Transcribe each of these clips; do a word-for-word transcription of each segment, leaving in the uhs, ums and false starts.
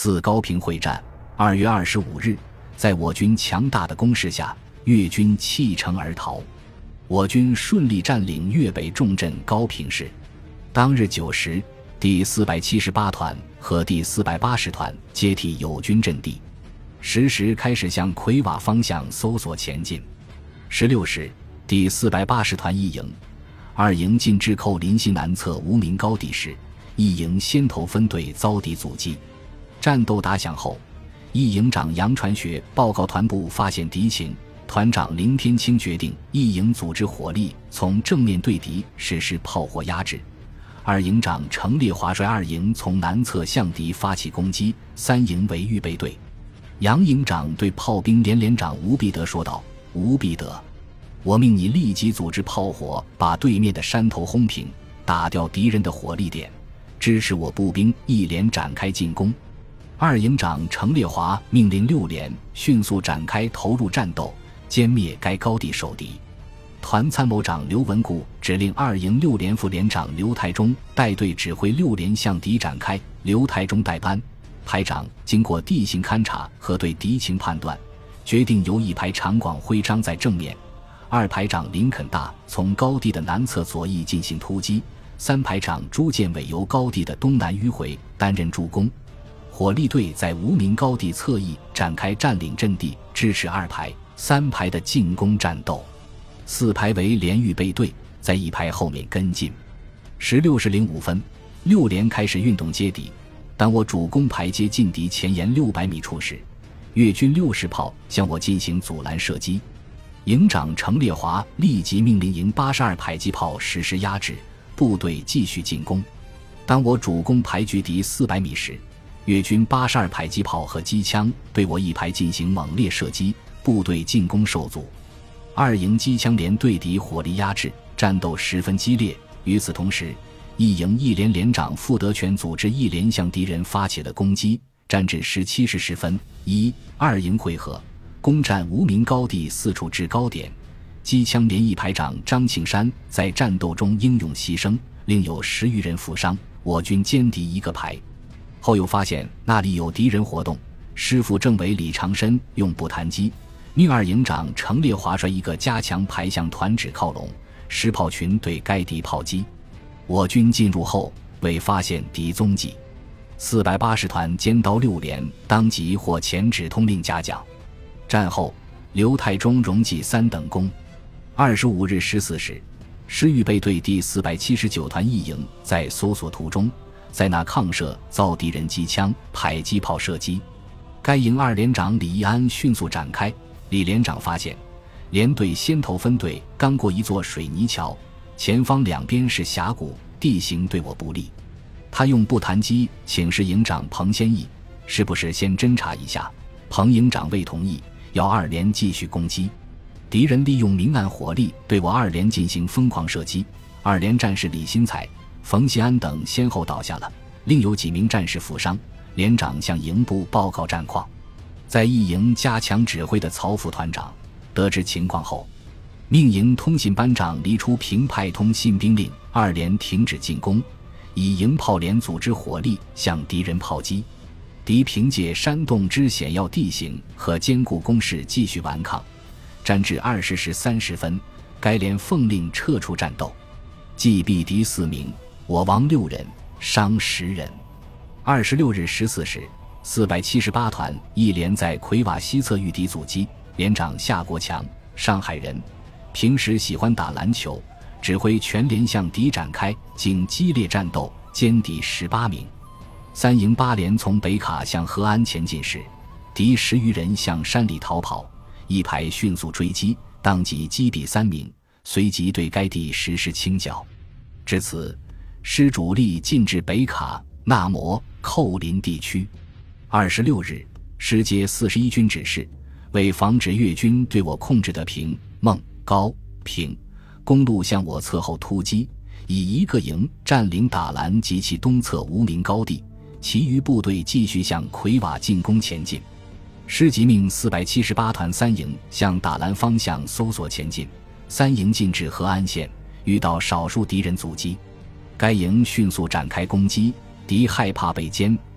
自高平会战二月二十五日，在我军强大的攻势下，越军弃城而逃，我军顺利占领粤北重镇高平市。当日九时，第四百七十八团和第四百八十团接替友军阵地，十时开始向奎瓦方向搜索前进。十六时，第四百八十团一营、二营进至寇林西南侧无名高地时，一营先头分队遭敌阻击。战斗打响后，一营长杨传学报告团部发现敌情，团长林天清决定一营组织火力从正面对敌实施炮火压制，二营长程烈华率二营从南侧向敌发起攻击，三营为预备队。杨营长对炮兵连连长吴必德说道：吴必德，我命你立即组织炮火把对面的山头轰平，打掉敌人的火力点，支持我步兵一连展开进攻。二营长程烈华命令六连迅速展开投入战斗，歼灭该高地守敌。团参谋长刘文固指令二营六连副连长刘太忠带队指挥六连向敌展开，刘太忠带班。排长经过地形勘察和对敌情判断，决定由一排长广徽章在正面，二排长林肯大从高地的南侧左翼进行突击，三排长朱建伟由高地的东南迂回担任助攻。火力队在无名高地侧翼展开占领阵地，支持二排、三排的进攻战斗。四排为连预备队，在一排后面跟进。十六时零五分，六连开始运动接敌。当我主攻排接近敌前沿六百米处时，越军六十炮向我进行阻拦射击。营长程烈华立即命令营八十二迫击炮实施压制，部队继续进攻。当我主攻排距敌四百米时，越军八十二迫击炮和机枪对我一排进行猛烈射击，部队进攻受阻。二营机枪连对敌火力压制，战斗十分激烈。与此同时，一营一连连长傅德全组织一连向敌人发起了攻击。战至十七时十分，一、二营会合，攻占无名高地四处制高点。机枪连一排长张庆山在战斗中英勇牺牲，另有十余人负伤，我军歼敌一个排。后又发现那里有敌人活动，师副政委李长申用步弹机命二营长程烈华率一个加强排向团指靠拢，实炮群对该敌炮击。我军进入后未发现敌踪迹。四百八十团歼刀六连当即获前指通令嘉奖。战后，刘太忠荣记三等功。二十五日十四时，师预备队第四百七十九团一营在搜索途中，在那抗射遭敌人机枪、迫击炮射击。该营二连长李义安迅速展开，李连长发现连队先头分队刚过一座水泥桥，前方两边是峡谷，地形对我不利。他用步弹机请示营长彭先义，是不是先侦察一下？彭营长未同意，要二连继续攻击。敌人利用明暗火力对我二连进行疯狂射击，二连战士李新才、冯锡安等先后倒下了，另有几名战士负伤。连长向营部报告战况。在一营加强指挥的曹副团长得知情况后，命营通信班长黎出平派通信兵令二连停止进攻，以营炮连组织火力向敌人炮击。敌凭借山洞之险要地形和坚固工事继续顽抗。战至二十时三十分，该连奉令撤出战斗，击毙敌四名，我亡六人，伤十人。二十六日十四时，四百七十八团一连在奎瓦西侧遇敌阻击，连长夏国强，上海人，平时喜欢打篮球，指挥全连向敌展开，经激烈战斗，歼敌十八名。三营八连从北卡向和安前进时，敌十余人向山里逃跑，一排迅速追击，当即击毙三名，随即对该地实施清剿。至此，师主力进至北卡、纳摩、寇林地区。二十六日，师接四十一军指示，为防止越军对我控制的平、孟、高、平公路向我侧后突击，以一个营占领打兰及其东侧无名高地，其余部队继续向奎瓦进攻前进。师即命四百七十八团三营向打兰方向搜索前进，三营进至和安县，遇到少数敌人阻击，该营迅速展开攻击，敌害怕被歼，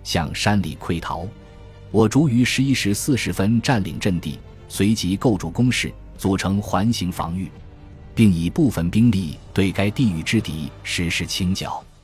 向山里溃逃。我卒于十一时四十分占领阵地，随即构筑工事，组成环形防御，并以部分兵力对该地域之敌实施清剿。